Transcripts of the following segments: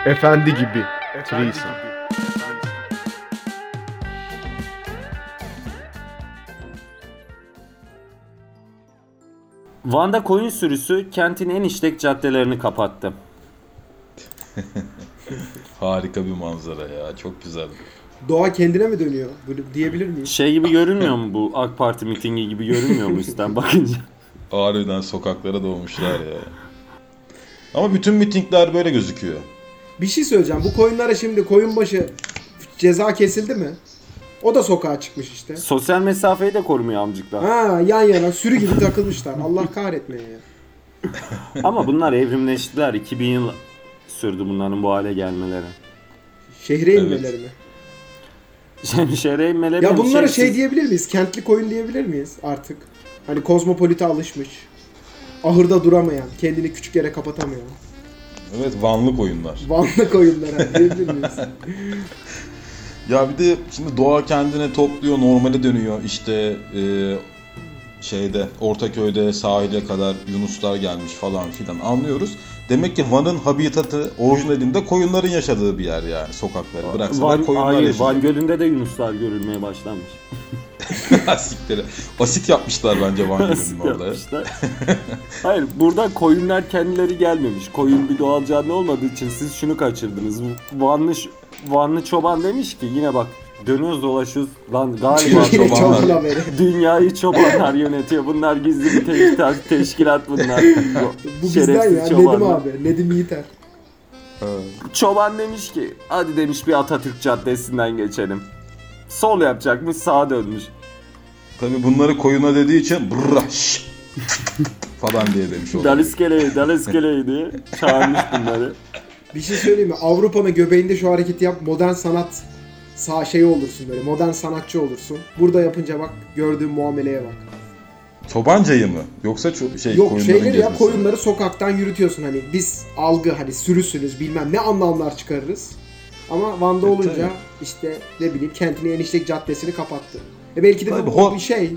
Efendi gibi. Threesome. Van'da koyun sürüsü kentin en işlek caddelerini kapattı. Harika bir manzara ya. Çok güzel. Doğa kendine mi dönüyor? Böyle diyebilir miyiz? Şey gibi görünmüyor mu bu AK Parti mitingi gibi görünmüyor mu üstten bakınca? Harbiden sokaklara doğmuşlar ya. Ama bütün mitingler böyle gözüküyor. Bir şey söyleyeceğim. Bu koyunlara şimdi koyunbaşı ceza kesildi mi? O da sokağa çıkmış işte. Sosyal mesafeyi de korumuyor amcıklar. Ha, yan yana sürü gibi takılmışlar. Allah kahretmeye ya. Ama bunlar evrimleştiler. 2000 yıl sürdü bunların bu hale gelmeleri. Şehre inmeleri mi? Şehre inmeleri Ya bunlara siz- şey diyebilir miyiz? Kentli koyun diyebilir miyiz artık? Hani kozmopolite alışmış. Ahırda duramayan, kendini küçük yere kapatamayan. Evet, Vanlı koyunlar. Vanlı koyunlara diyebilir miyiz? Ya bir de şimdi doğa kendine topluyor, normale dönüyor. İşte şeyde Ortaköy'de sahile kadar yunuslar gelmiş falan filan anlıyoruz. Demek ki Van'ın habitatı orijinalinde koyunların yaşadığı bir yer yani, sokakları. Bıraksalar koyunlar yaşıyor. Van Gölü'nde de yunuslar görülmeye başlanmış. Asikleri. Asit yapmışlar bence Van Gölü'nün orada. Yapmışlar. Hayır, burada koyunlar kendileri gelmemiş. Koyun bir doğal canlı olmadığı için siz şunu kaçırdınız. Vanlı çoban demiş ki yine bak dönüyoruz dolaşıyoruz lan galiba Yine çobanlar. çoban haberi. dünyayı çobanlar yönetiyor. Bunlar gizli bir teşkilat bunlar. Bu bizden ya. Nedim çobanlar. abi. Nedim Yiğiter. Çoban demiş ki hadi demiş bir Atatürk Caddesi'nden geçelim. Sol yapacakmış, sağa dönmüş. Tabii bunları koyuna dediği için brrrş falan diye demiş oldu. Daliskeleyi diye çağırmış bunları. Bir şey söyleyeyim mi? Avrupa'nın göbeğinde şu hareketi yap. Modern sanat şeyi olursun böyle. Modern sanatçı olursun. Burada yapınca bak gördüğün muameleye bak. Çobancayı mı? Yoksa Yok koyunların şeyleri ya gezmesi. koyunları sokaktan yürütüyorsun hani biz algı hani sürüsünüz bilmem ne anlamlar çıkarırız. Ama Van'da olunca tabii. işte ne bileyim kentinin en işlek caddesini kapattı. Belki de Tabii, bu bir şey.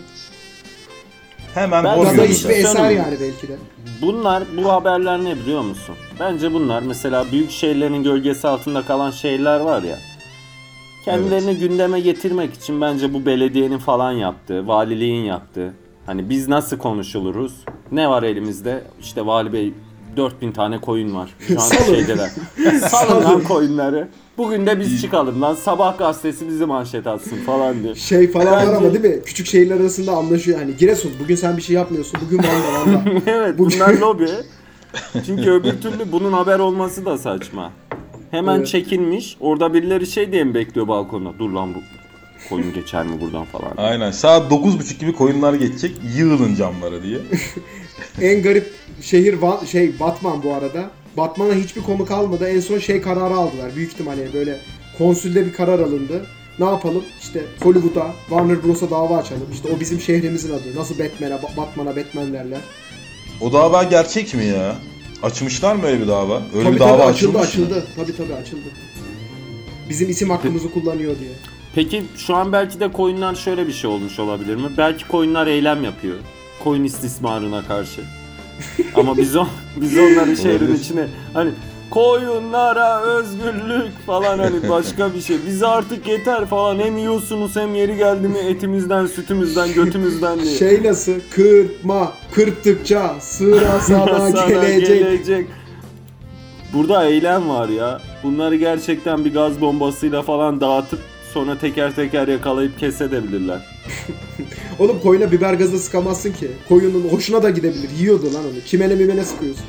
Hemen Ben hor Gaza görüyorum. iş bir görmüşler. eser yani belki de. Bunlar, bu haberler ne biliyor musun? Bence bunlar mesela büyük şehirlerin gölgesi altında kalan şehirler var ya. Kendilerini gündeme getirmek için bence bu belediyenin falan yaptığı, valiliğin yaptığı. Hani biz nasıl konuşuluruz? Ne var elimizde? İşte vali bey 4000 tane koyun var. Şu an Salın. şeydeler. Salın lan koyunları. Bugün de biz çıkalım lan. Sabah gazetesi bizi manşet atsın falan diye. Şey falan var Bence- ama değil mi? Küçük şehirler arasında anlaşıyor. Hani Giresun bugün sen bir şey yapmıyorsun. Bugün Van'da. Evet, Bu- bunlar lobi. Çünkü öbür türlü bunun haber olması da saçma. Hemen Evet. çekinmiş. Orada birileri şey diye mi bekliyor balkonda? Dur lan bu koyun geçer mi buradan falan. Aynen. Saat 9.30 gibi koyunlar geçecek. Yığılın camlara diye. En garip şehir Batman bu arada. Batman'a hiçbir konu kalmadı. En son kararı aldılar. Büyük ihtimalle böyle konsülde bir karar alındı. Ne yapalım? İşte Hollywood'a, Warner Bros'a dava açalım. İşte o bizim şehrimizin adı. Nasıl Batman'a Batman derler. O dava gerçek mi ya? Açmışlar mı öyle bir dava? Öyle Tabii bir dava açıldı. açılmış mı? Tabii açıldı. Bizim isim hakkımızı kullanıyor diye. Peki şu an belki de koyunlar şöyle bir şey olmuş olabilir mi? Belki koyunlar eylem yapıyor. Koyun istismarına karşı. Ama biz onları şehrin Olabilir. içine hani koyunlara özgürlük falan hani başka bir şey. Bize artık yeter falan. Hem yiyorsunuz hem yeri geldi mi etimizden, sütümüzden, götümüzden diye. Nasıl? Kırpma. Kırptıkça sıra sana gelecek. Burada eylem var ya. Bunları gerçekten bir gaz bombasıyla falan dağıtıp sonra teker teker yakalayıp kesebilirler. Oğlum koyuna biber gazı sıkamazsın ki. Koyunun hoşuna da gidebilir. Yiyordu lan onu. Çimene sıkıyorsun.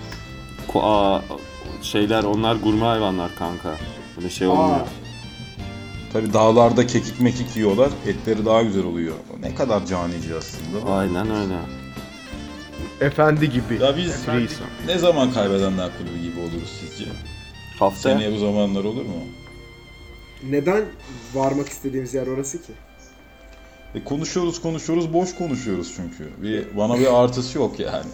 Şeyler onlar gurme hayvanlar kanka. Böyle şey olmuyor. Tabii dağlarda kekik mekik yiyorlar. Etleri daha güzel oluyor. Ne kadar canice aslında. Aynen öyle. Efendi gibi. Ya biz Threesome. ne zaman kaybedenler kulübü gibi oluruz sizce? Haftaya. Seneye bu zamanlar olur mu? Neden varmak istediğimiz yer orası ki? Konuşuyoruz, boş konuşuyoruz çünkü. Bana bir artısı yok yani.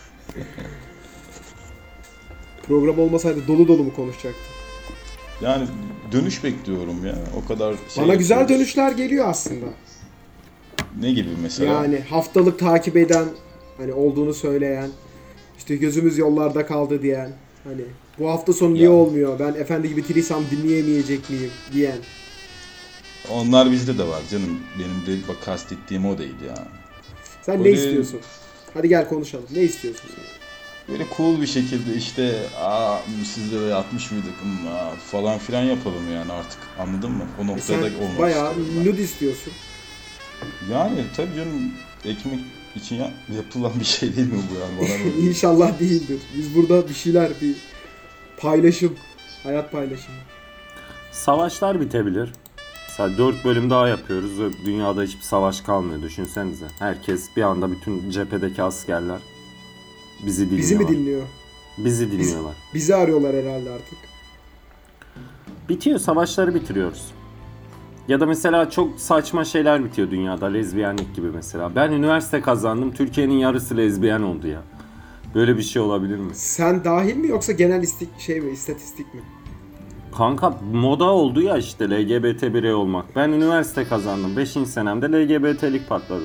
Program olmasaydı dolu mu konuşacaktık? Yani dönüş bekliyorum ya. O kadar Bana güzel yapıyoruz. dönüşler geliyor aslında. Ne gibi mesela? Yani haftalık takip eden, hani olduğunu söyleyen, işte gözümüz yollarda kaldı diyen, Hani bu hafta sonu niye olmuyor? Ben efendi gibi Trisam dinleyemeyecek miyim diyen. Onlar bizde de var canım. Benim de bak kastettiğim o değil ya. Sen Böyle... ne istiyorsun? Hadi gel konuşalım. Ne istiyorsun sen? Böyle cool bir şekilde işte sizde de yatmış mıydık falan filan yapalım yani artık, anladın mı? O noktada Sen olmak bayağı istiyorum ben. nude istiyorsun. Yani tabii canım, ekmek için yapılan bir şey değil mi bu yani? Bana böyle. İnşallah değildir. Biz burada bir şeyler, bir paylaşım, hayat paylaşımı. Savaşlar bitebilir. Mesela 4 bölüm daha yapıyoruz ve dünyada hiçbir savaş kalmıyor, düşünsenize. Herkes bir anda, bütün cephedeki askerler bizi dinliyorlar. Bizi mi dinliyor? Bizi dinliyorlar. Bizi arıyorlar herhalde artık. Bitiyor, savaşları bitiriyoruz. Ya da mesela çok saçma şeyler bitiyor dünyada, lezbiyenlik gibi mesela. Ben üniversite kazandım, Türkiye'nin yarısı lezbiyen oldu ya. Böyle bir şey olabilir mi? Sen dahil mi yoksa genel istatistik mi? Kanka moda oldu ya işte LGBT birey olmak. Ben üniversite kazandım, 5. senemde LGBT'lik patladı.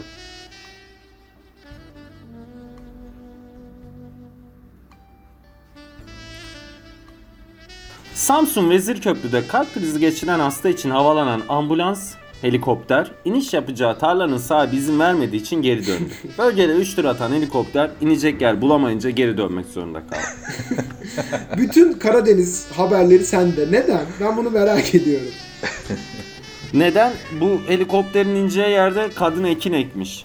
Samsun Vezirköprü'de kalp krizi geçiren hasta için havalanan ambulans helikopter iniş yapacağı tarlanın sahibi izin vermediği için geri döndü. Bölgede 3 tur atan helikopter inecek yer bulamayınca geri dönmek zorunda kaldı. Bütün Karadeniz haberleri sende. Neden? Ben bunu merak ediyorum. Neden? Bu helikopterin ineceği yerde kadın ekin ekmiş.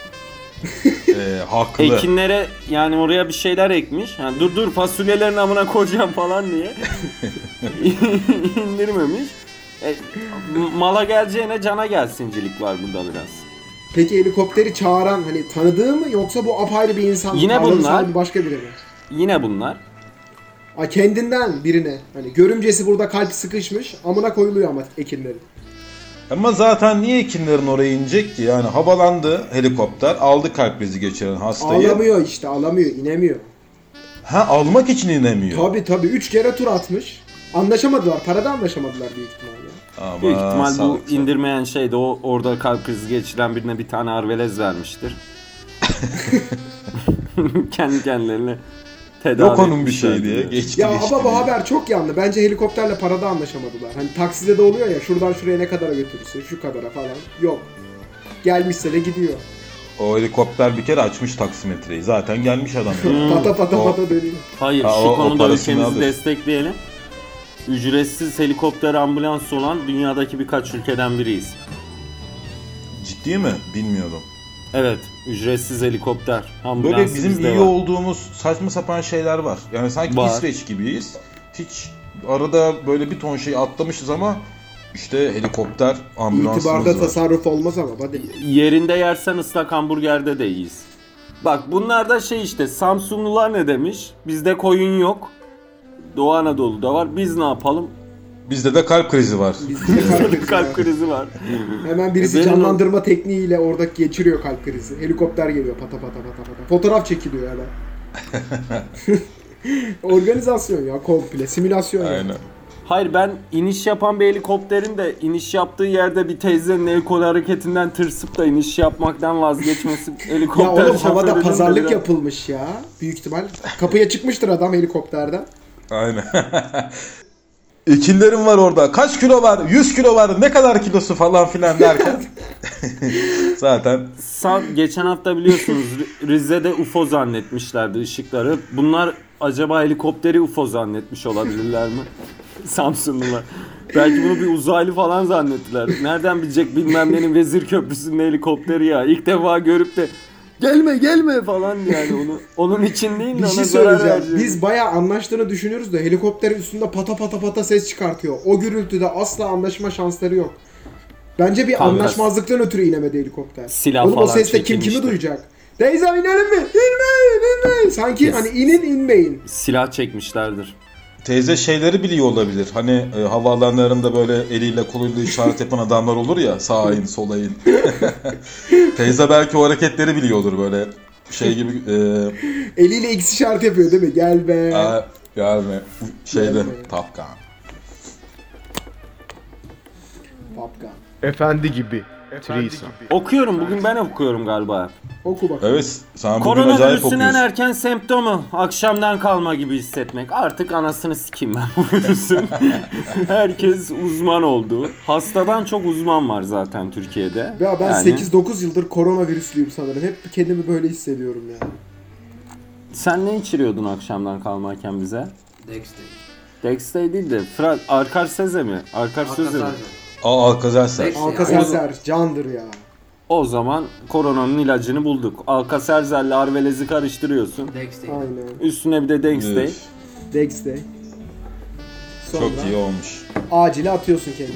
Haklı. Ekinlere, yani oraya bir şeyler ekmiş. Yani dur fasulyelerin amına koyacağım falan diye. İndirmemiş. Mala geleceğine cana gelsincilik var burada biraz. Peki helikopteri çağıran hani tanıdığı mı yoksa bu apayrı bir insan mı? Yine Tarlanın bunlar. sahibi başka biri mi? Yine bunlar. Kendinden birine hani görümcesi burada kalp sıkışmış amına koyuluyor ama ekinlerin. Ama zaten niye ekinlerin oraya inecek ki? Yani havalandı helikopter, aldı kalp krizi geçiren hastayı. Alamıyor işte, alamıyor, inemiyor. Almak için inemiyor. Tabii 3 kere tur atmış. Anlaşamadılar, parada anlaşamadılar büyük ihtimalle. Ama Büyük ihtimal bu sağlık. indirmeyen şey de orada kalp krizi geçiren birine bir tane arvelez vermiştir. Kendi kendilerine tedavi Yok onun bir etmişler şey diye. diye. Geçti. Ya ama bu haber çok yanlı. Bence helikopterle parada anlaşamadılar. Hani takside de oluyor ya, şuradan şuraya ne kadara götürürsün, şu kadara falan. Yok. Gelmişse de gidiyor. O helikopter bir kere açmış taksimetreyi. Zaten gelmiş adam. Pata dönüyor. Hayır, Ha, şu o konuda parasını ülkemizi alır. destekleyelim. Ücretsiz helikopter ambulans olan dünyadaki birkaç ülkeden biriyiz. Ciddi mi? Bilmiyordum. Evet, ücretsiz helikopter ambulans Böyle bizim bizde iyi var. olduğumuz saçma sapan şeyler var. Yani sanki Var. İsveç gibiyiz. Hiç arada böyle bir ton şey atlamışız ama işte helikopter ambulansımız İtibarda var. tasarruf olmaz ama hadi. Yerinde yersen ıslak hamburgerde de iyiyiz. Bak bunlar da şey işte, Samsunlular ne demiş? Bizde koyun yok. Doğu Anadolu'da var. Biz ne yapalım? Bizde de kalp krizi var. Bizde Kalp krizi var. Hemen birisi Benim canlandırma tekniğiyle orada geçiriyor kalp krizi. Helikopter geliyor pata. Fotoğraf çekiliyor hemen. Organizasyon ya, komple simülasyon ya. Aynen. Hayır, ben iniş yapan bir helikopterin de iniş yaptığı yerde bir teyzenin el kol hareketinden tırsıp da iniş yapmaktan vazgeçmesi Ya helikopter oğlum havada şoförünün de pazarlık biraz- yapılmış ya. Büyük ihtimal kapıya çıkmıştır adam helikopterden. Aynen. Ekinlerim var orada. Kaç kilo var? 100 kilo var. Ne kadar kilosu falan filan derken. Zaten Geçen hafta biliyorsunuz Rize'de UFO zannetmişlerdi ışıkları. Bunlar acaba helikopteri UFO zannetmiş olabilirler mi? Samsunlular. Belki bunu bir uzaylı falan zannettiler. Nereden bilecek bilmem nenin Vezirköprüsü'nün helikopteri ya. İlk defa görüp de gelme falan yani onun için değil de Bir ona şey zarar söyleyeceğim. verecek. Biz bayağı anlaştığını düşünüyoruz da helikopterin üstünde pata ses çıkartıyor. O gürültüde asla anlaşma şansları yok. Bence bir Kanka, anlaşmazlıktan ötürü inemedi helikopter. silah Oğlum o falan seste kim kimi çekilmişti. duyacak? Teyze inelim mi? İnmeyin. Sanki hani inin inmeyin. Silah çekmişlerdir. teyze şeyleri biliyor olabilir. Hani havaalanlarında böyle eliyle koluyla işaret yapan adamlar olur ya. Sağa in, sola in. Teyze belki o hareketleri biliyordur böyle. Şey gibi Eliyle X işaret yapıyor değil mi? Gel be. gelme. Şeyde Gelme. Top Gun. Popgun. Efendi gibi. Threesome. Okuyorum. Bugün ben okuyorum galiba. Oku bakalım. Evet, sen bugün acayip Koronavirüsün en okuyorsun. erken semptomu akşamdan kalma gibi hissetmek. Artık anasını sikeyim ben bu virüsün. Herkes uzman oldu. Hastadan çok uzman var zaten Türkiye'de. Ya ben Yani 8-9 yıldır koronavirüslüyüm sanırım. Hep kendimi böyle hissediyorum ya. sen ne içiriyordun akşamdan kalmayken bize? Dexter. Dexter değil de Arkar Seze mi? Arkar Seze mi? Alkazarser. Dexter. Alka-Seltzer candır ya. O zaman koronanın ilacını bulduk. Alka-Seltzer'le Arvelez'i karıştırıyorsun. Dexter. Aynen. Üstüne bir de Dexter. Üf, Dex'te. Sonra çok iyi olmuş. acile atıyorsun kendini.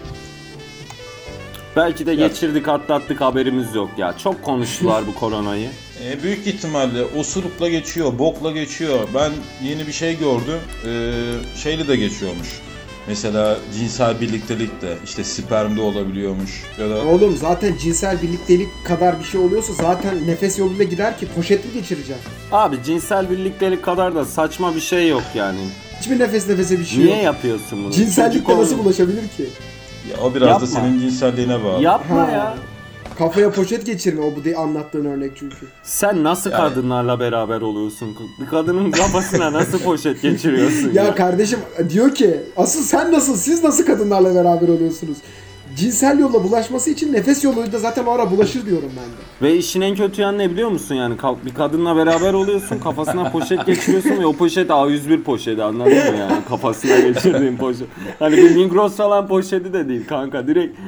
Belki de geçirdik atlattık haberimiz yok ya. Çok konuştular bu koronayı. Büyük ihtimalle osurukla geçiyor, bokla geçiyor. Ben yeni bir şey gördüm. Şeyle de geçiyormuş. Mesela cinsel birliktelik de işte spermde olabiliyormuş. Ya da Oğlum zaten cinsel birliktelik kadar bir şey oluyorsa zaten nefes yoluyla gider ki poşetli geçireceğim. Abi cinsel birliktelik kadar da saçma bir şey yok yani. Hiçbir nefes nefese bir şey Niye yok. yapıyorsun bunu? Cinsellikle Çocuk nasıl olun- bulaşabilir ki? ya o biraz Yapma. da senin cinselliğine bağlı. Yapma Ha. ya. Kafaya poşet geçirme o bu anlattığın örnek çünkü. Sen nasıl Yani- kadınlarla beraber oluyorsun? Bir kadının kafasına nasıl poşet geçiriyorsun Ya kardeşim diyor ki asıl sen nasıl siz nasıl kadınlarla beraber oluyorsunuz? Cinsel yolla bulaşması için nefes yoluyla da zaten o ara bulaşır diyorum ben de. Ve işin en kötü yanı ne biliyor musun yani? Bir kadınla beraber oluyorsun, kafasına poşet geçiriyorsun ve o poşet A101 poşeti, anladın mı yani? Kafasına geçirdiğin poşet. Hani bir Migros falan poşeti de değil kanka, direkt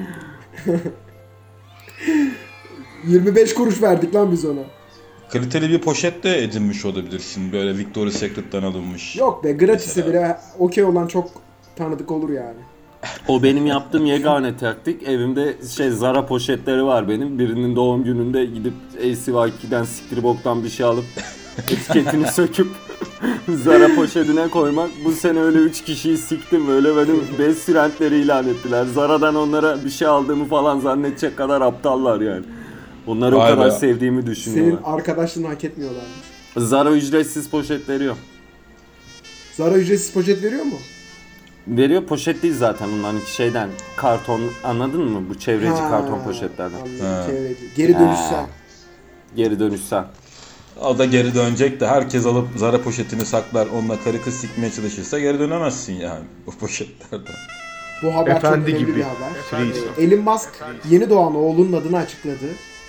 25 kuruş verdik lan biz ona. Kaliteli bir poşet de edinmiş olabilirsin. Böyle Victoria's Secret'tan alınmış. Yok be gratis'e Mesela. bile okey olan çok tanıdık olur yani. o benim yaptığım yegane taktik. Evimde Zara poşetleri var benim. Birinin doğum gününde gidip ACY2'den siktir boktan bir şey alıp etiketini söküp Zara poşetine koymak. Bu sene öyle 3 kişiyi siktim. Öyle benim best friendleri ilan ettiler. Zara'dan onlara bir şey aldığımı falan zannedecek kadar aptallar yani. Onları o Vay kadar be. sevdiğimi Senin düşünüyorlar. arkadaşlığını hak etmiyorlarmış. Zara ücretsiz poşet veriyor. Zara ücretsiz poşet veriyor mu? Veriyor, poşet değil zaten onların şeyden karton, anladın mı? Bu çevreci Ha, karton poşetlerden. anladım, Ha. çevreci. Geri dönüşsen. Geri dönüşsen. O da geri dönecek de herkes alıp Zara poşetini saklar, onunla karı kız sikmeye çalışırsa geri dönemezsin yani bu poşetlerden. Bu haber Efendi çok önemli gibi. bir haber. Threesome. Elon Musk yeni doğan oğlunun adını açıkladı.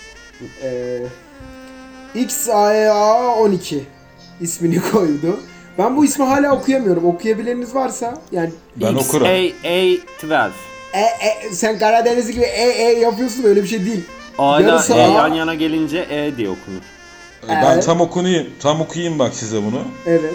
XAEA12 ismini koydu. Ben bu ismi hala okuyamıyorum. Okuyabileniniz varsa yani Ben okurum. XAA12. sen Karadeniz gibi yapıyorsun, öyle bir şey değil. A'yla Yarısı E A. yan yana gelince E diye okunur. Ben Evet. tam okuyayım bak size bunu. Evet.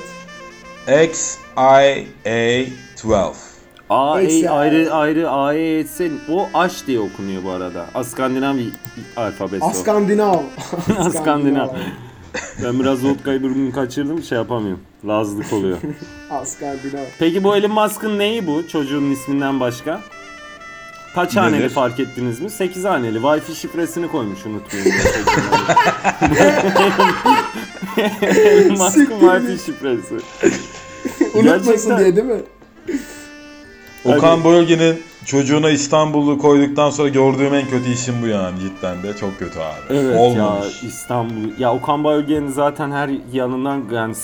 XIA12. A, Eksi E ayrı A'ya etse o H diye okunuyor bu arada. Askandinav alfabesi o. Askandinav. Askandinav. Ben biraz vodkayı bugün kaçırdım, şey yapamıyorum. Lazlık oluyor. Askandinav. Peki bu Elon Musk'ın neyi bu çocuğun isminden başka? Kaç haneli Nedir? fark ettiniz mi? 8 haneli. Wi-Fi şifresini koymuş, unutmayın. Elon Musk'ın Siktir Wi-Fi şifresi. Unutmasın Gerçekten. diye değil mi? Okan Bölge'nin çocuğuna İstanbul'u koyduktan sonra gördüğüm en kötü işim bu yani, cidden de çok kötü abi. Evet Olmamış. ya, İstanbul. Ya Okan Bayülgen'in zaten her yanından yani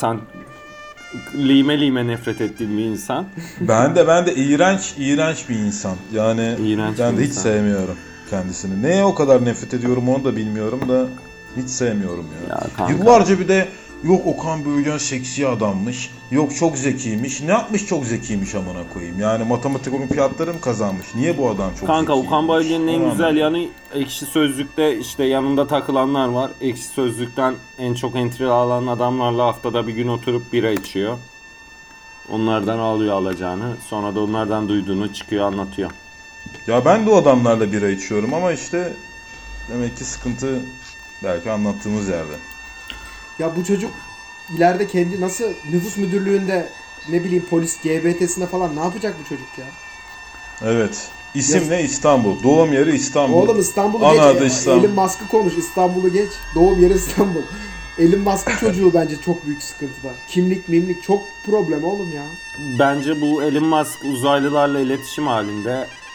lime nefret ettiğim bir insan. Ben de iğrenç bir insan. Yani İğrenç ben bir de hiç insan. sevmiyorum kendisini. Neye o kadar nefret ediyorum onu da bilmiyorum da hiç sevmiyorum ya. Ya kanka. Yıllarca bir de yok Okan Bölgen seksi adammış. Yok çok zekiymiş. Ne yapmış çok zekiymiş amına koyayım. Yani matematik olimpiyatları mı kazanmış? Niye bu adam çok Kanka zekiymiş? Okan Bayülgen'in en Onu güzel anlamadım. yanı Ekşi Sözlük'te işte yanında takılanlar var. Ekşi Sözlük'ten en çok entry alan adamlarla haftada bir gün oturup bira içiyor. Onlardan alıyor alacağını. Sonra da onlardan duyduğunu çıkıyor anlatıyor. Ya ben de o adamlarla bira içiyorum ama işte demek ki sıkıntı belki anlattığımız yerde. Ya bu çocuk ileride kendi nasıl nüfus müdürlüğünde ne bileyim polis GBT'sine falan ne yapacak bu çocuk ya? Evet. İsim Yaz- ne? İstanbul. Doğum yeri İstanbul. Oğlum İstanbul'u Ana adı geç. İstanbul. Elon Musk'ı konuş. İstanbul'u geç. Doğum yeri İstanbul. Elon Musk'ın çocuğu bence çok büyük sıkıntıda. Kimlik çok problem oğlum ya. Bence bu Elon Musk uzaylılarla iletişim halinde.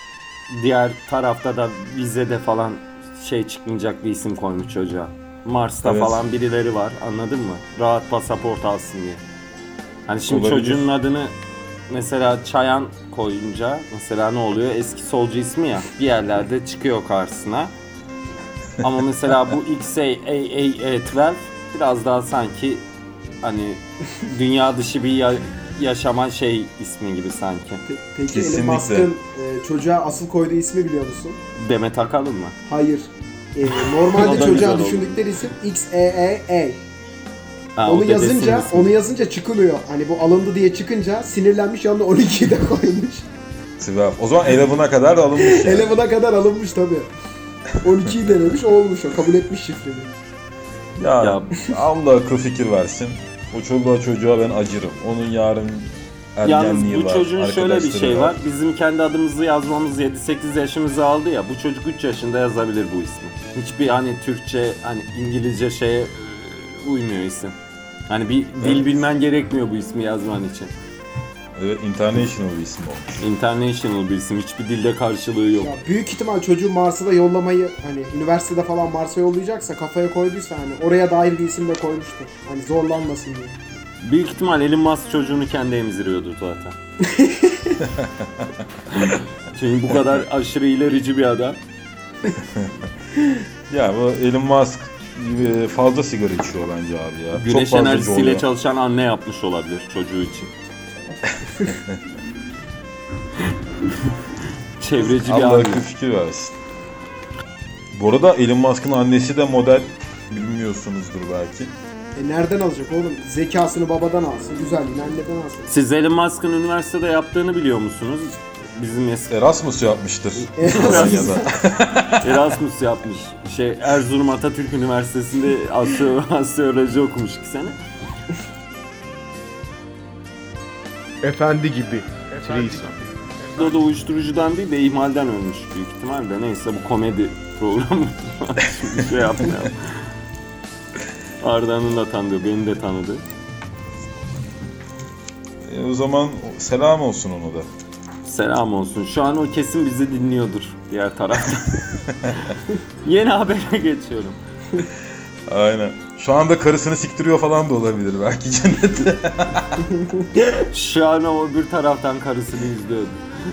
diğer tarafta da vizede falan şey çıkmayacak bir isim koymuş çocuğa. Mars'ta Evet. falan birileri var, anladın mı? Rahat pasaport alsın diye. Hani şimdi Olabilir. çocuğun adını mesela Çayan koyunca mesela ne oluyor? Eski solcu ismi ya, bir yerlerde çıkıyor karşısına. Ama mesela bu XAAA12 biraz daha sanki hani dünya dışı bir yaşama şey ismi gibi sanki. Peki Kesinlikle. Elon Musk'ın çocuğa asıl koyduğu ismi biliyor musun? Demet Akalın mı? Hayır. O Normalde da çocuğa güzel oldu. düşündükleri isim XAAA. Ha, Onu o dedesinin yazınca ismi. çıkılıyor. Hani bu alındı diye çıkınca sinirlenmiş, yanına 12'yi de koymuş. 12. O zaman 11'a kadar da alınmış yani. 11'a kadar alınmış tabii. 12'yi denemiş, olmuş o. Kabul etmiş şifreyi. Ya Allah akıl fikir versin. O çoluğa çocuğa ben acırım. Onun yarın Yalnız ergenliği bu var. çocuğun şöyle bir arkadaşları şey var. Bizim kendi adımızı yazmamız 7-8 yaşımızı aldı ya. Bu çocuk 3 yaşında yazabilir bu ismi. Hiçbir hani Türkçe, hani İngilizce şeye uymuyor isim. Hani bir dil bilmen gerekmiyor bu ismi yazman için. Evet, international bir isim olmuş. International bir isim. Hiçbir dilde karşılığı yok. Ya büyük ihtimal çocuğu Mars'a da yollamayı, hani üniversitede falan Mars'a yollayacaksa, kafaya koyduysa hani oraya dair bir isim de koymuştur. Hani zorlanmasın diye. Büyük ihtimal Elon Musk çocuğunu kendi emziriyordur zaten. Çünkü bu kadar aşırı ilerici bir adam. Ya bu Elon Musk fazla sigara içiyor bence abi ya. Güneş Çok fazla enerjisiyle zorluyor. çalışan anne yapmış olabilir çocuğu için. Çevreci bir Allah anne. akıl fikir versin. Bu arada Elon Musk'ın annesi de model, bilmiyorsunuzdur belki. Nereden alacak oğlum? Zekasını babadan alsın, güzelliğini anneden alsın. Siz Elon Musk'ın üniversitede yaptığını biliyor musunuz? Bizim eski Erasmus yapmıştır. Erasmus. Almanya'da. Erasmus yapmış. Erzurum Atatürk Üniversitesi'nde astroloji okumuş 2 sene. Efendi gibi. Threesome. O da uyuşturucudan değil de ihmalden ölmüş büyük ihtimalle. Neyse bu komedi programı. Şimdi şey yapmayalım. Arda'nın da tanıdığı, beni de tanıdı. O zaman selam olsun ona da. Selam olsun. Şu an o kesin bizi dinliyordur diğer taraftan. Yeni habere geçiyorum. Aynen. Şu anda karısını siktiriyor falan da olabilir belki cennette. Şu an o bir taraftan karısını izliyordu.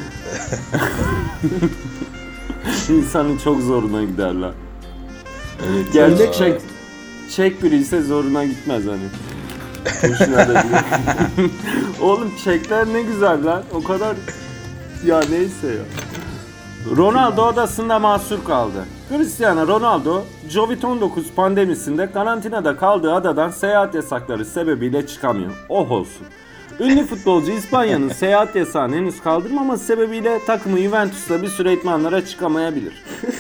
İnsanın çok zoruna giderler. Evet. Gerçek çek biri ise zoruna gitmez hani. Hoşuna da gider. Oğlum çekler ne güzel lan. O kadar ya neyse ya. Ronaldo odasında mahsur kaldı. Cristiano Ronaldo, Covid-19 pandemisinde karantinada kaldığı adadan seyahat yasakları sebebiyle çıkamıyor. Oh olsun. Ünlü futbolcu İspanya'nın seyahat yasağını henüz kaldırmaması sebebiyle takımı Juventus'ta bir süre idmanlara çıkamayabilir.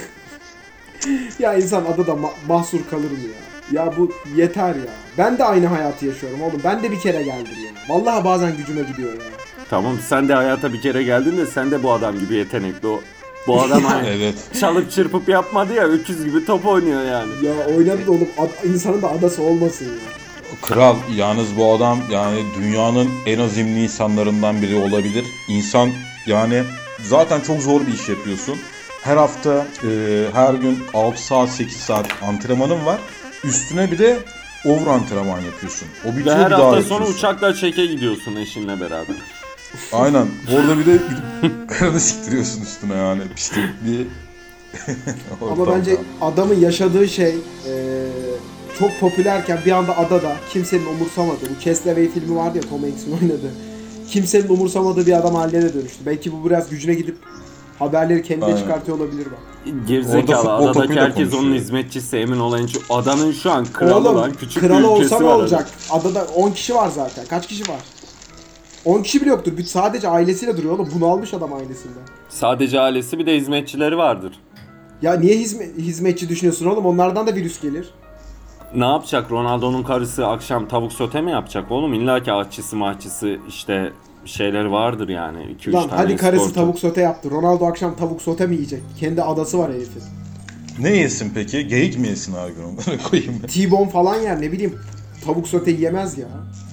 Ya insan adada mahsur kalır mı ya? Ya bu yeter ya. Ben de aynı hayatı yaşıyorum oğlum. Ben de bir kere geldim ya. Vallahi bazen gücüme gidiyor ya. Tamam sen de hayata bir kere geldin de sen de bu adam gibi yetenekli o. Bu adam hani Evet. çalıp çırpıp yapmadı ya, öküz gibi top oynuyor yani. Ya oynadı da oğlum. İnsanın da adası olmasın ya. Kral, yalnız bu adam yani dünyanın en azimli insanlarından biri olabilir. İnsan yani zaten çok zor bir iş yapıyorsun. Her hafta her gün 6 saat 8 saat antrenmanın var. Üstüne bir de over antrenman yapıyorsun. O Ve bitiyor her bir daha hafta yapıyorsun. sonu uçakla çeke gidiyorsun eşinle beraber. Aynen. Orada bir de karını siktiriyorsun üstüne yani. Pislik bir Ama ortam. bence adamın yaşadığı şey çok popülerken bir anda adada kimsenin umursamadığı, bu Castaway filmi vardı ya, Tom Hanks'in oynadığı. Kimsenin umursamadığı bir adam haline de dönüştü. Belki bu biraz gücüne gidip haberleri kendine Aynen. çıkartıyor olabilir bak. Gerizekalı, futbol adadaki topuyla herkes onun konuşuyor. hizmetçisi, emin olayın şu adanın şu an kralı Oğlum, lan, küçük kralı bir olsa ülkesi ne var olacak? Adada 10 kişi var zaten. Kaç kişi var? 10 kişi bile yoktur. Sadece ailesiyle duruyor oğlum. Bunalmış adam ailesinden. Sadece ailesi, bir de hizmetçileri vardır. Ya niye hizmetçi düşünüyorsun oğlum? Onlardan da virüs gelir. Ne yapacak? Ronaldo'nun karısı akşam tavuk sote mi yapacak oğlum? İlla ki aşçısı mahçısı işte şeyleri vardır yani. 2-3 Lan tane hadi karısı sporcu. tavuk sote yaptı. Ronaldo akşam tavuk sote mi yiyecek? Kendi adası var herifin. Ne yesin peki? Geyik mi yesin her gün onları koyayım ben. T-bone falan yer, ne bileyim. Tavuk sote yiyemez ya.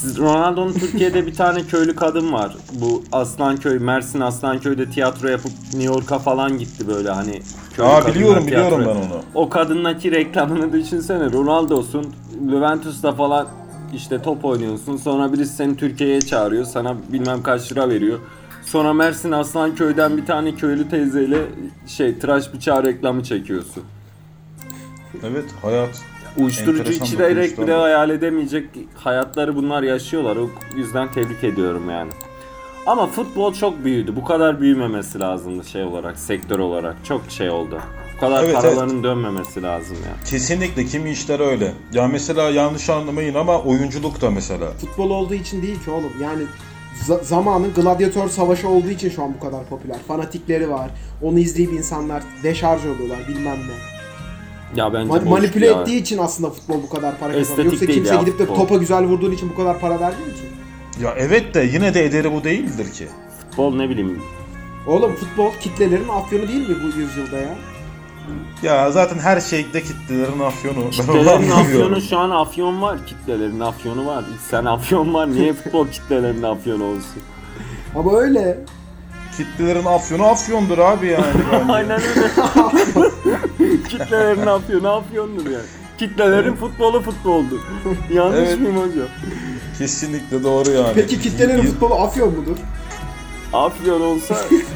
Ronaldo'nun Türkiye'de bir tane köylü kadın var. Bu Aslanköy, Mersin Aslanköy'de tiyatro yapıp New York'a falan gitti böyle hani. Biliyorum ben onu. O kadındaki reklamını düşünsene. Ronaldo'sun, Juventus'ta falan işte top oynuyorsun. Sonra birisi seni Türkiye'ye çağırıyor. Sana bilmem kaç lira veriyor. Sonra Mersin Aslanköy'den bir tane köylü teyzeyle tıraş bıçağı reklamı çekiyorsun. Evet, hayat. Uyuşturucu Enteresan içilerek dokunuşlar bile var. hayal edemeyecek hayatları bunlar yaşıyorlar. O yüzden tebrik ediyorum yani. Ama futbol çok büyüdü. Bu kadar büyümemesi lazımdı olarak, sektör olarak. Çok oldu. Bu kadar Evet, paraların dönmemesi lazım ya. Kesinlikle kimi işler öyle. Ya mesela yanlış anlamayın ama oyunculuk da mesela. Futbol olduğu için değil ki oğlum. Yani zamanın gladyatör savaşı olduğu için şu an bu kadar popüler. Fanatikleri var. Onu izleyip insanlar deşarj oluyorlar bilmem ne. Ya bence Manipüle ya. ettiği için aslında futbol bu kadar para Estetik kazanıyor. Yoksa değil kimse ya gidip de futbol. topa güzel vurduğun için bu kadar para vermiyor ki. Ya evet de yine de ederi bu değildir ki. Futbol ne bileyim. Oğlum futbol kitlelerin afyonu değil mi bu yüzyılda ya? Ya zaten her şeyde kitlelerin afyonu. Ben onu Kitlelerin anlamıyorum. afyonu şu an afyon var. Kitlelerin afyonu var. Sen afyon var. Niye futbol kitlelerinin afyonu olsun? Ama öyle. Kitlelerin afyonu afyondur abi yani. bence. Aynen öyle. Kitlelerin afyondur yani. Kitlelerin futbolu futboldur. Yanlış Evet. mıyım hocam? Kesinlikle doğru yani. Peki kitlelerin futbolu afyon mudur? Afyon olsa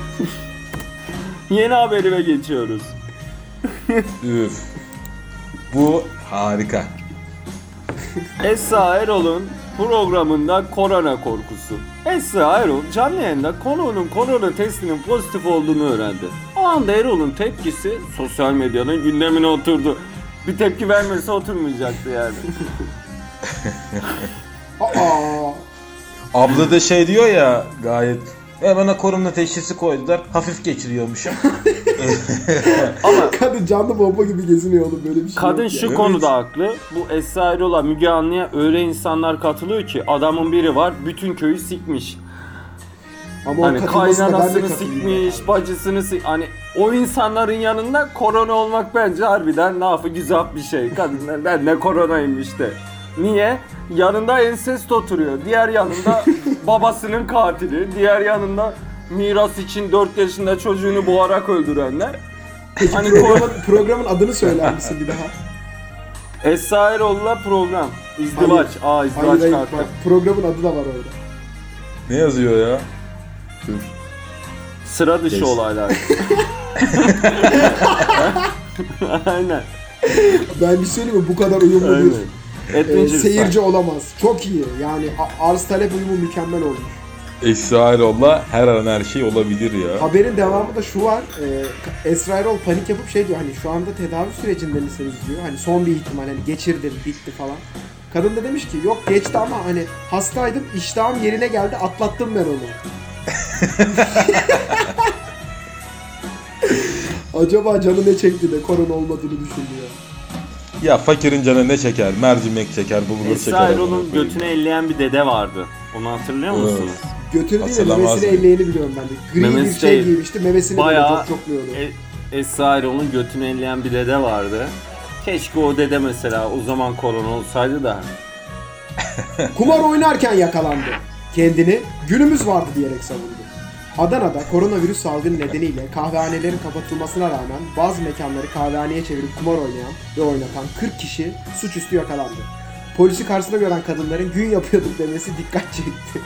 yeni haberime geçiyoruz. Üf. Bu harika. Esra Erol'un programında korona korkusu. Esra Erol canlı yayında konuğunun korona testinin pozitif olduğunu öğrendi. O anda Erol'un tepkisi sosyal medyanın gündemine oturdu. Bir tepki vermese oturmayacaktı yani. Aa. Abla da şey diyor ya gayet. Bana korona teşhisi koydular. Hafif geçiriyormuşum. Ama Kadın canlı bomba gibi geziniyor oğlum böyle bir şey kadın yok şu ya. konuda haklı. Bu Esra Erol'a, Müge Anlı'ya öyle insanlar katılıyor ki adamın biri var bütün köyü sikmiş. Ama o Hani katılmasına ben de kaynanasını katılayım. sikmiş, bacısını hani o insanların yanında korona olmak bence harbiden lafı güzel bir şey. Kadınlar ben ne koronayım işte. Niye? Yanında ensest oturuyor. Diğer yanında babasının katili. Diğer yanında miras için 4 yaşında çocuğunu boğarak öldürenler. Peki Hani programın adını söyler misin bir daha? Esra Erol'la program. İzdivaç. İzdivaç Hayır, kalktı. bak, programın adı da var orada. Ne yazıyor ya? Sıra dışı Geç. olaylar. Aynen. Ben bir söyleyeyim mi? Bu kadar uyumlu Aynen. bir Adventure seyirci olamaz. Çok iyi. Yani arz talep uyumu mükemmel olmuş. Esra Erol'la her an her şey olabilir ya. Haberin devamında şu var. Esra Erol panik yapıp şey diyor hani şu anda tedavi sürecinde misiniz diyor. Hani son bir ihtimal hani geçirdim bitti falan. Kadın da demiş ki yok geçti ama hani hastaydım iştahım yerine geldi atlattım ben onu. Acaba canı ne çekti de korona olmadığını düşündü ya. Ya fakirin canı ne çeker? Mercimek çeker, bulgur çeker. Esra Erol'un götünü elleyen bir dede vardı. Onu hatırlıyor Evet. musunuz? Götünü değil de Hatırlamaz memesini mı? elleyeni biliyorum ben de. Gri Memesi bir şey değil. giymişti memesini Bayağı böyle çok çokluyordu. Esra Erol'un götünü elleyen bir dede vardı. Keşke o dede mesela o zaman korona olsaydı da. Kumar oynarken yakalandı. Kendini günümüz vardı diyerek savundu. Adana'da koronavirüs salgını nedeniyle kahvehanelerin kapatılmasına rağmen bazı mekanları kahvehaneye çevirip kumar oynayan ve oynatan 40 kişi suçüstü yakalandı. Polisi karşısında gören kadınların gün yapıyorduk demesi dikkat çekti.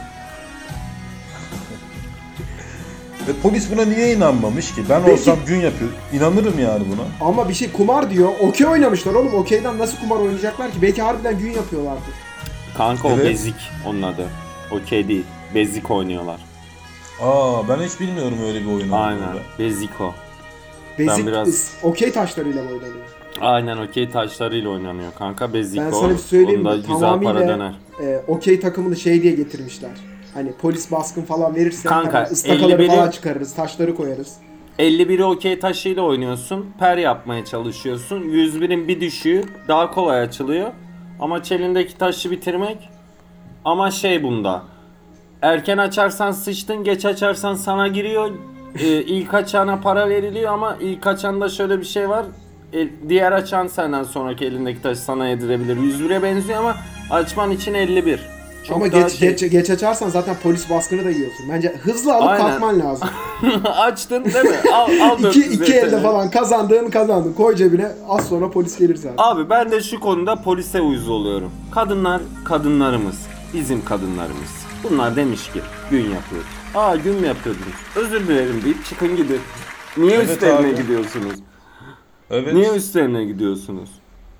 Polis buna niye inanmamış ki? Ben olsam gün yapıyor. İnanırım yani buna. Ama bir şey kumar diyor. Okey oynamışlar oğlum. Okeyden nasıl kumar oynayacaklar ki? Belki harbiden gün yapıyorlardır. Kanka o Evet. bezik onun adı. Okey değil. Bezik oynuyorlar. Ben hiç bilmiyorum öyle bir oyun olduğunu. Aynen. Bezik o. Basic biraz- okey taşlarıyla mı oynanıyor? Aynen okey taşlarıyla oynanıyor kanka. Bezik Ben o. sana bir söyleyeyim Onda mi? güzel Tamamıyla para döner. okey takımını şey diye getirmişler. Hani polis baskın falan verirse Kanka, hemen ıstakaları 51'i falan çıkarırız, taşları koyarız. 51'i okey taşıyla oynuyorsun. Per yapmaya çalışıyorsun. 101'in bir düşüğü daha kolay açılıyor. Ama elindeki taşı bitirmek. Ama bunda. Erken açarsan sıçtın, geç açarsan sana giriyor. İlk açana para veriliyor ama ilk açanda şöyle bir şey var. Diğer açan senden sonraki elindeki taşı sana yedirebilir. 101'e benziyor ama açman için 51. Çok Ama daha geç açarsan zaten polis baskını da yiyorsun. Bence hızlı alıp Aynen. kalkman lazım. Açtın değil mi? Al 400 iki elde TL. falan kazandın. Koy cebine, az sonra polis gelir zaten. Abi ben de şu konuda polise uyuz oluyorum. Kadınlar kadınlarımız. Bizim kadınlarımız. Bunlar demiş ki gün yapıyoruz. Gün mü yapıyordunuz? Özür dilerim deyip çıkın gidin. Niye Evet üstlerine abi. gidiyorsunuz? Evet. Niye üstlerine gidiyorsunuz?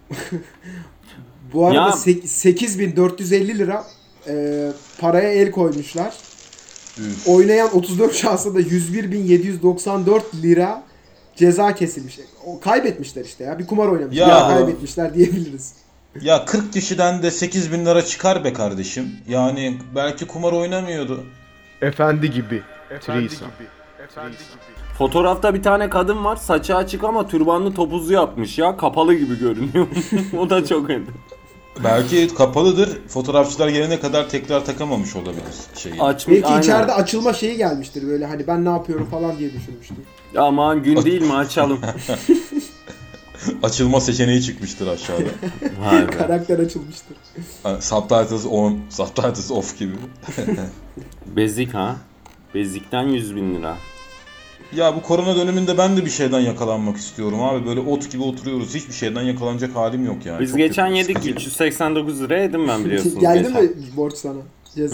Bu arada Ya- 8.450 lira paraya el koymuşlar. Üf. Oynayan 34 şahsa da 101.794 lira ceza kesilmiş. Kaybetmişler işte ya. Bir kumar oynamışlar. Ya. Kaybetmişler diyebiliriz. Ya 40 kişiden de 8.000 lira çıkar be kardeşim. Yani belki kumar oynamıyordu. Efendi gibi. Threesome. Fotoğrafta bir tane kadın var. Saçı açık ama türbanlı topuzlu yapmış ya. Kapalı gibi görünüyor. O da çok enter. Belki kapalıdır. Fotoğrafçılar gelene kadar tekrar takamamış olabilir şeyi. Açmış. Belki aynen. içeride açılma şeyi gelmiştir böyle, hani ben ne yapıyorum falan diye düşünmüştüm. Aman gün değil mi açalım. Açılma seçeneği çıkmıştır aşağıda. Vay be. Karakter açılmıştır. Yani subtitles on, subtitles off gibi. Bezik ha. Bezikten 100.000 lira. Ya bu korona döneminde ben de bir şeyden yakalanmak istiyorum abi. Böyle ot gibi oturuyoruz. Hiçbir şeyden yakalanacak halim yok yani. Biz Çok geçen kötü. yedik 389 lira yedim ben biliyorsunuz. Geldi geçen. mi borç sana? Ceza.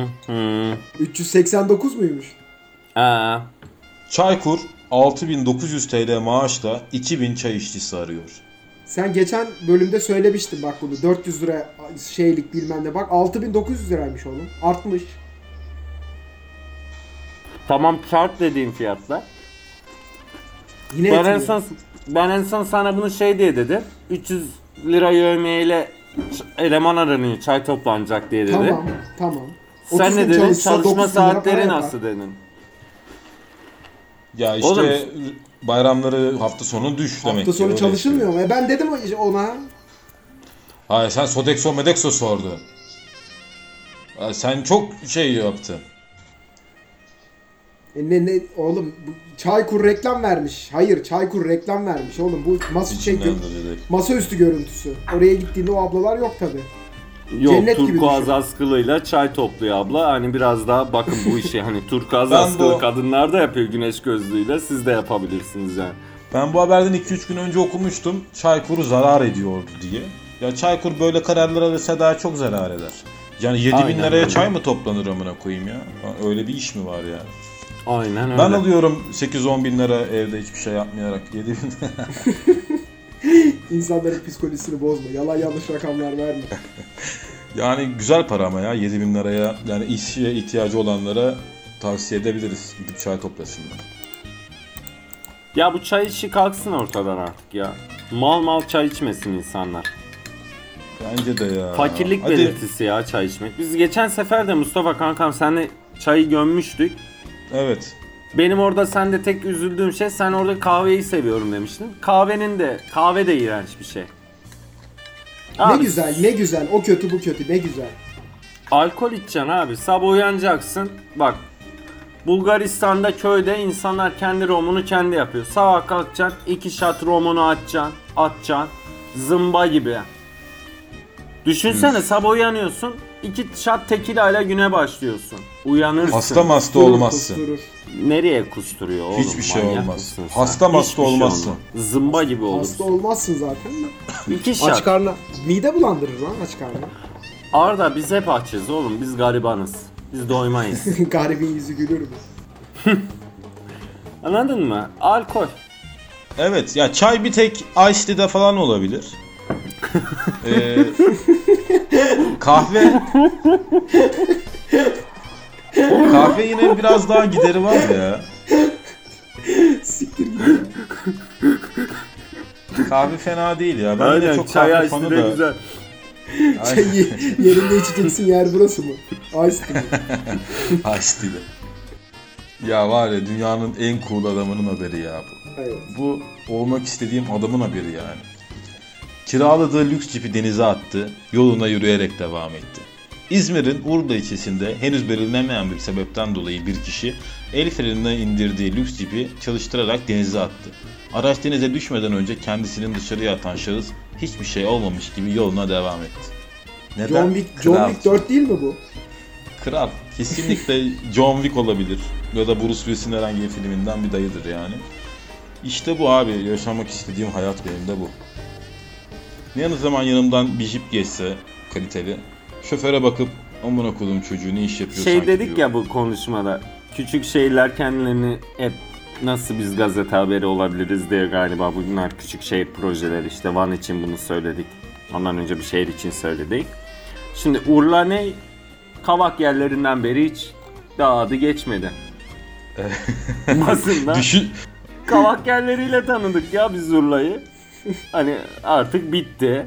389 muymuş? Çaykur 6.900 TL maaşla 2.000 çay işçisi arıyor. Sen geçen bölümde söylemiştin bak bunu. 400 lira şeylik bilmem ne. Bak 6.900 liraymış oğlum. Artmış. Tamam şart dediğim fiyatlar. Yine Ben en, etmiyor. ben en son sana bunu şey diye dedim. 300 lira yövmeyle eleman aranıyor çay toplanacak diye dedi. Tamam. Sen 30 ne gün dedin? çalışsa Çalışma 9 bin lira para saatleri yapar. nasıl dedin? Ya işte Oğlum. bayramları hafta sonu düş demek Hafta ki, sonu öyle çalışılmıyor mu? Ben dedim ona. Hayır sen Sodexo Medexo sordu. Sen çok şey yaptın. Ne oğlum, Çaykur reklam vermiş. Hayır, Çaykur reklam vermiş oğlum. Bu İçinden de dedik. masaüstü görüntüsü. Oraya gittiğinde o ablalar yok tabi. Yok, Cennet gibi turkuaz düşün. askılıyla çay topluyor abla. Hani biraz daha bakın bu işi hani turkuaz Ben askılı bu- kadınlar da yapıyor güneş gözlüğüyle. Siz de yapabilirsiniz yani. Ben bu haberden 2-3 gün önce okumuştum. Çaykur zarar ediyordu diye. Ya Çaykur böyle kararlar alırsa daha çok zarar eder. Yani 7.000 Aynen liraya öyle. çay mı toplanır amına koyayım ya? Öyle bir iş mi var ya? Aynen öyle. Ben alıyorum 8-10 bin lira evde hiçbir şey yapmayarak 7.000 İnsanların psikolojisini bozma. Yalan yanlış rakamlar verme. Yani güzel para ama ya 7.000 liraya yani işe ihtiyacı olanlara tavsiye edebiliriz. Gidip çay toplasınlar. Ya bu çay işi kalksın ortadan artık ya. Mal çay içmesin insanlar. Bence de ya. Fakirlik Hadi. belirtisi ya çay içmek. Biz geçen sefer de Mustafa kankam seninle çayı gömmüştük. Evet. Benim orada sende tek üzüldüğüm şey sen orada kahveyi seviyorum demiştin. Kahve de iğrenç bir şey. Ne Abi, güzel. O kötü bu kötü. Ne güzel. alkol içeceksin abi. Sabah uyanacaksın. Bak Bulgaristan'da köyde insanlar kendi romunu kendi yapıyor. Sabah kalkacaksın 2 shot romunu atacaksın. Zımba gibi. Düşünsene sabah uyanıyorsun 2 shot tekila ile güne başlıyorsun. Uyanırsın. Hasta Durur, olmazsın. kusturur. Nereye kusturuyor oğlum? Hiçbir şey Manyak olmaz. mısın sen? Hasta Hiçbir şey olmazsın. olmaz. Zımba gibi Hasta olursun. olmazsın zaten de. 2 shot. Aç karnına. Mide bulandırır lan aç karnına. Arda biz hep açız oğlum. Biz garibanız. Biz doymayız. Garibin yüzü gülür mü? Anladın mı? Alkol. Evet ya çay bir tek iced tea'de falan olabilir. Kahve kahve yine biraz daha gideri var ya. Siktir gidiyor. Kahve fena değil ya. Ben de çok çay kahve açtı fanı da da. güzel. Ay, Çayı yerinde içeceksin, yer burası mı? Ice tea mi? iced tea'de. Ya var ya dünyanın en cool adamının haberi ya bu. Evet. Bu olmak istediğim adamın haberi yani. Kiraladığı lüks cipi denize attı, yoluna yürüyerek devam etti. İzmir'in Urla ilçesinde henüz belirlenemeyen bir sebepten dolayı bir kişi el frenine indirdiği lüks cipi çalıştırarak denize attı. Araç denize düşmeden önce kendisinin dışarıya atan şahıs hiçbir şey olmamış gibi yoluna devam etti. Neden? John Kral. Wick 4 değil mi bu? Kral. Kesinlikle John Wick olabilir. Ya da Bruce Willis'in herhangi bir filminden bir dayıdır yani. İşte bu abi. Yaşamak istediğim hayat benim de bu. Ne zaman yanımdan bir jip geçse kaliteli. Şoföre bakıp amına koyduğum çocuğu ne iş yapıyor Şey sanki dedik diyor. ya bu konuşmada. Küçük şehirler kendilerini hep nasıl biz gazete haberi olabiliriz diye galiba bunlar küçük şehir projeleri. İşte Van için bunu söyledik. Ondan önce bir şehir için söyledik. Şimdi Urla ne? Kavak yerlerinden beri hiç daha adı geçmedi. Basında Düşün, kavak yerleriyle tanıdık ya biz Urla'yı. Hani artık bitti.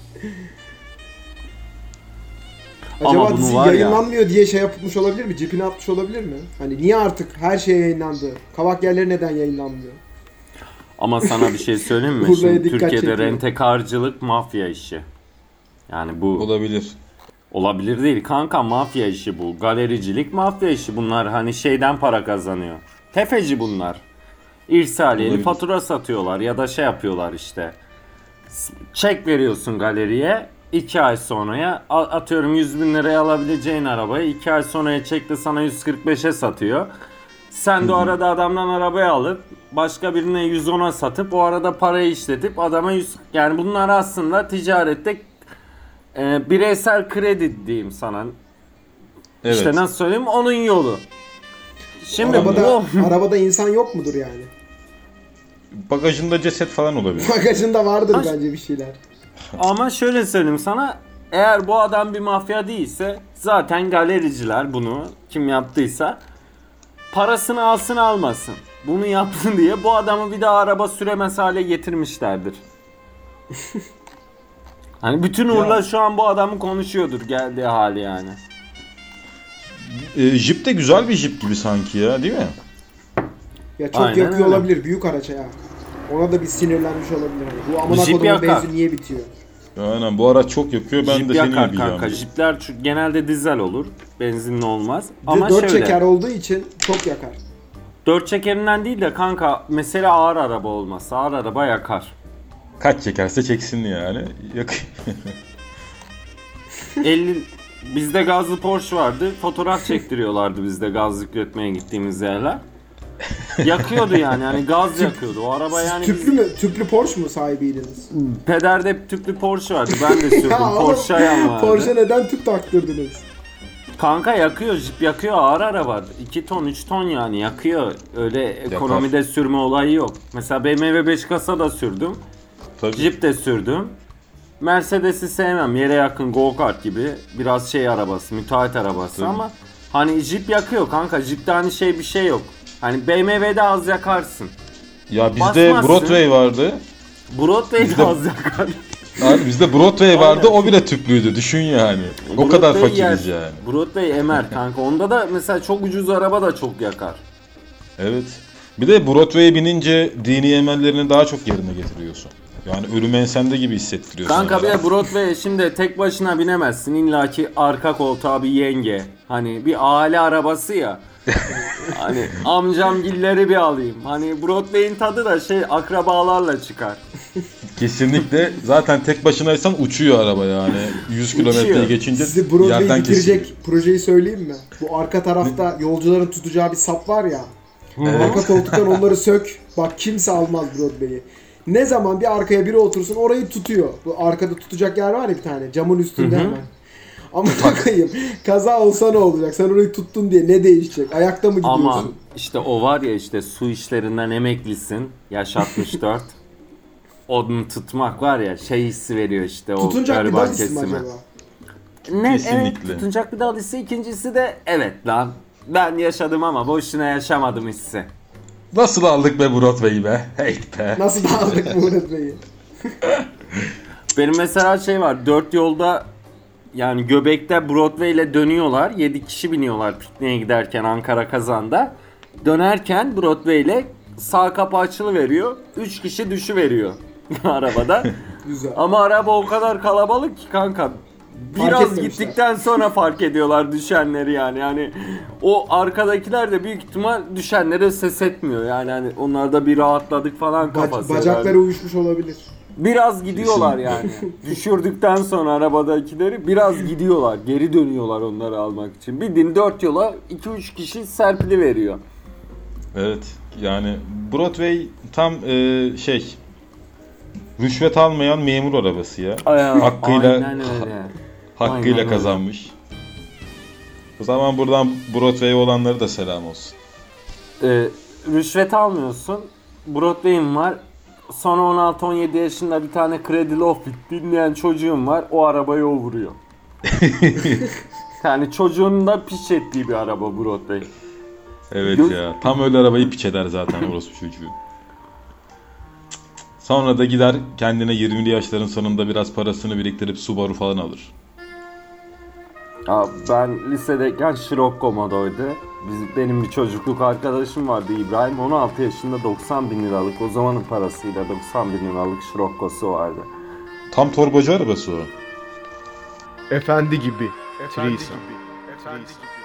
Ama Acaba bunu dizi var ya- yayınlanmıyor diye şey yapmış olabilir mi? Cipini atmış olabilir mi? Hani niye artık her şey yayınlandı? Kavak yerleri neden yayınlanmıyor? Ama sana bir şey söyleyeyim mi? Urla'ya Şimdi dikkat Türkiye'de çekiyor. rentekarcılık mafya işi. Yani bu olabilir. olabilir değil kanka, mafya işi bu. Galericilik mafya işi. Bunlar hani şeyden para kazanıyor. Tefeci bunlar. İrsaliyeli Olabilir. fatura satıyorlar ya da şey yapıyorlar işte. Çek veriyorsun galeriye. 2 ay sonraya atıyorum 100.000 liraya alabileceğin arabayı 2 ay sonraya çekti sana 145'e satıyor. Sen de o arada adamdan arabayı alıp başka birine 110'a satıp o arada parayı işletip adama 100, yani bunlar aslında ticarette bireysel kredi diyeyim sana. Evet. İşte nasıl söyleyeyim, onun yolu. Şimdi Arabada, bu arabada insan yok mudur yani? Bagajında ceset falan olabilir. Bagajında vardır Baş- bence bir şeyler. ama şöyle söyleyeyim sana, eğer bu adam bir mafya değilse zaten galericiler bunu kim yaptıysa parasını alsın almasın. Bunu yaptın diye bu adamı bir daha araba süremez hale getirmişlerdir. Hani bütün Urla şu an bu adamı konuşuyordur geldiği hali yani. Jip de güzel bir jip gibi sanki ya, değil mi? Ya çok Aynen yakıyor öyle. olabilir büyük araç ya. Ona da bir sinirlenmiş olabilir. Hani bu amına Jeep kodumun yakar. benzin niye bitiyor? Aynen, bu araç çok yakıyor, ben Jip de seni yakar yapacağım. kanka. Jipler genelde dizel olur. Benzinli olmaz. Ama Ama 4 şöyle. çeker olduğu için çok yakar. 4 çekerinden değil de kanka mesela ağır araba olmasa ağır araba yakar. Kaç çekerse çeksin yani. 50 bizde gazlı Porsche vardı. Fotoğraf çektiriyorlardı bizde gaz yükletmeye gittiğimiz yerler. Yakıyordu yani gaz yakıyordu. O araba yani Tüplü mü? Tüplü Porsche mu sahibiydiniz? pederde hep tüplü Porsche vardı. Ben de sürdüm. oğlum, Porsche ayağım vardı. Porsche neden tüp taktırdınız? Kanka yakıyor, jip yakıyor, ağır araba. 2 ton 3 ton yani yakıyor. Öyle ekonomide sürme olayı yok. Mesela BMW 5 kasa da sürdüm. Tabii. Jeep de sürdüm. Mercedes'i sevmem. Yere yakın go-kart gibi. Biraz şey arabası, müteahhit arabası Tabii. ama hani Jeep yakıyor kanka. Jeep'te hani bir şey yok. Hani BMW'de az yakarsın. Ya bizde Basmazsın. Broadway vardı. Broadway'de Bizde- az yakar. Abi bizde Broadway vardı, Aynen. o bile tüplüydü. Düşün yani. O kadar Broadway fakiriz yer. yani. Broadway emer kanka. Onda da mesela çok ucuz araba da çok yakar. Evet. Bir de Broadway'e binince dini emellerini daha çok yerine getiriyorsun. Yani ölüm ensende gibi hissettiriyor Kanka sana. bir de Broadway'e şimdi tek başına binemezsin. İlla ki arka koltuğa bir yenge. Hani bir aile arabası ya. Hani amcamgilleri bir alayım. Hani Broadway'in tadı da akrabalarla çıkar. Kesinlikle. Zaten tek başınaysan uçuyor araba yani. 100 kilometreyi Uçuyor. geçince Size Broadway'i yerden bitirecek kesiliyor. projeyi söyleyeyim mi? Bu arka tarafta yolcuların tutacağı bir sap var ya. Arka koltuktan onları sök. Bak kimse almaz Broadway'i. Ne zaman bir arkaya biri otursun orayı tutuyor. Bu arkada tutacak yer var ya bir tane. Camın üstünde hemen. Ama bakayım kaza olsa ne olacak? Sen orayı tuttun diye ne değişecek? Ayakta mı gidiyorsun? Ama işte o var ya işte su işlerinden emeklisin. Yaş 64. Onu tutmak var ya hissi veriyor işte o Tutunacak bir gariban dal ismi kesime. acaba? Evet, Kesinlikle. tutunacak bir dal hissi. İkincisi de evet lan ben yaşadım ama boşuna yaşamadım hissi. Nasıl aldık be Broadway'i be? Hey be. Nasıl dağıldık bu Broadway'i? Benim mesela var 4 yolda yani Göbek'te Broadway ile dönüyorlar. 7 kişi biniyorlar pikniğe giderken Ankara Kazan'da. Dönerken Broadway ile sağ kapı açılıveriyor. 3 kişi düşüveriyor arabada. Güzel. Ama araba o kadar kalabalık ki kanka. Biraz etmemişler. gittikten sonra fark ediyorlar düşenleri yani. Yani o arkadakiler de büyük ihtimal düşenlere ses etmiyor. Yani hani onlar da bir rahatladık falan kafası. Bacakları uyuşmuş olabilir. Biraz gidiyorlar yani. Düşürdükten sonra arabadakileri biraz gidiyorlar. Geri dönüyorlar onları almak için. Bildiğin 4 yola 2-3 kişi serpili veriyor. Evet yani Broadway tam rüşvet almayan memur arabası ya. Hakkıyla Aynen öyle. hakkıyla Aynen kazanmış. O zaman buradan Broadway olanları da selam olsun. Rüşvet almıyorsun. Broadway'in var. Sonra 16-17 yaşında bir tane kredi lofit dinleyen çocuğum var. O arabayı o vuruyor. Yani çocuğun da piç ettiği bir araba Broadway. Evet ya. Tam öyle arabayı piç eder zaten orospu çocuğu. Sonra da gider kendine 20'li yaşların sonunda biraz parasını biriktirip Subaru falan alır. Ya ben lisedeyken Scirocco modaydı. Benim bir çocukluk arkadaşım vardı İbrahim. 16 yaşında 90.000 liralık o zamanın parasıyla 90.000 liralık Scirocco'su vardı. Tam torbacı arabası o. Efendi gibi. Threesome.